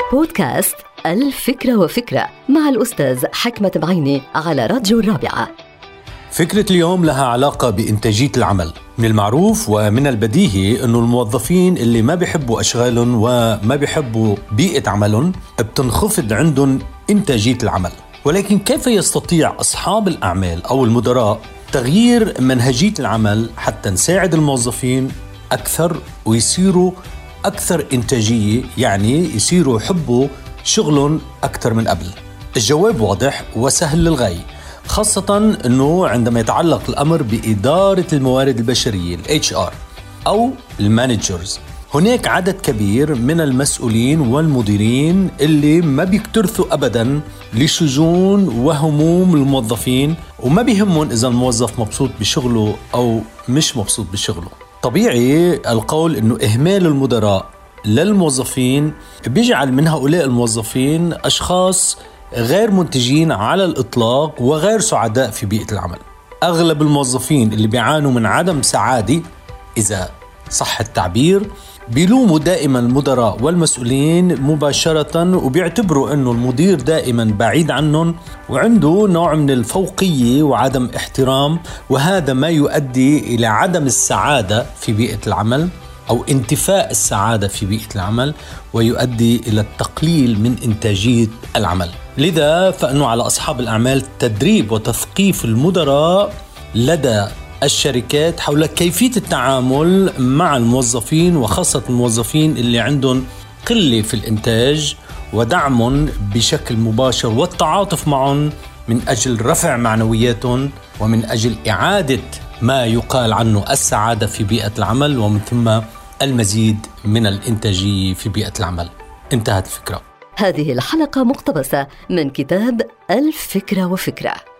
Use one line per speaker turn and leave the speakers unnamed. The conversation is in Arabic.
بودكاست الفكرة وفكرة مع الأستاذ حكمة بعيني على راديو الرابعة.
فكرة اليوم لها علاقة بإنتاجية العمل. من المعروف ومن البديهي أنه الموظفين اللي ما بيحبوا أشغالهم وما بيحبوا بيئة عملهم بتنخفض عندهم إنتاجية العمل. ولكن كيف يستطيع أصحاب الأعمال أو المدراء تغيير منهجية العمل حتى نساعد الموظفين أكثر ويصيروا أكثر إنتاجية، يعني يصيروا يحبوا شغلهم أكثر من قبل؟ الجواب واضح وسهل للغاية، خاصة أنه عندما يتعلق الأمر بإدارة الموارد البشرية HR أو المانجرز. هناك عدد كبير من المسؤولين والمديرين اللي ما بيكترثوا أبدا لشجون وهموم الموظفين، وما بيهمهم إذا الموظف مبسوط بشغله أو مش مبسوط بشغله. طبيعي القول أنه إهمال المدراء للموظفين بيجعل من هؤلاء الموظفين أشخاص غير منتجين على الإطلاق وغير سعداء في بيئة العمل. أغلب الموظفين اللي بيعانوا من عدم سعادة، إذا صح التعبير، بيلوموا دائما المدراء والمسؤولين مباشرة، وبيعتبروا أنه المدير دائما بعيد عنهم وعنده نوع من الفوقية وعدم احترام، وهذا ما يؤدي إلى عدم السعادة في بيئة العمل أو انتفاء السعادة في بيئة العمل، ويؤدي إلى التقليل من إنتاجية العمل. لذا فإنه على أصحاب الأعمال تدريب وتثقيف المدراء لدى الشركات حول كيفية التعامل مع الموظفين، وخاصة الموظفين اللي عندهم قلة في الإنتاج، ودعمهم بشكل مباشر والتعاطف معهم من أجل رفع معنوياتهم ومن أجل إعادة ما يقال عنه السعادة في بيئة العمل، ومن ثم المزيد من الإنتاجية في بيئة العمل. انتهت الفكرة.
هذه الحلقة مقتبسة من كتاب الفكرة وفكرة.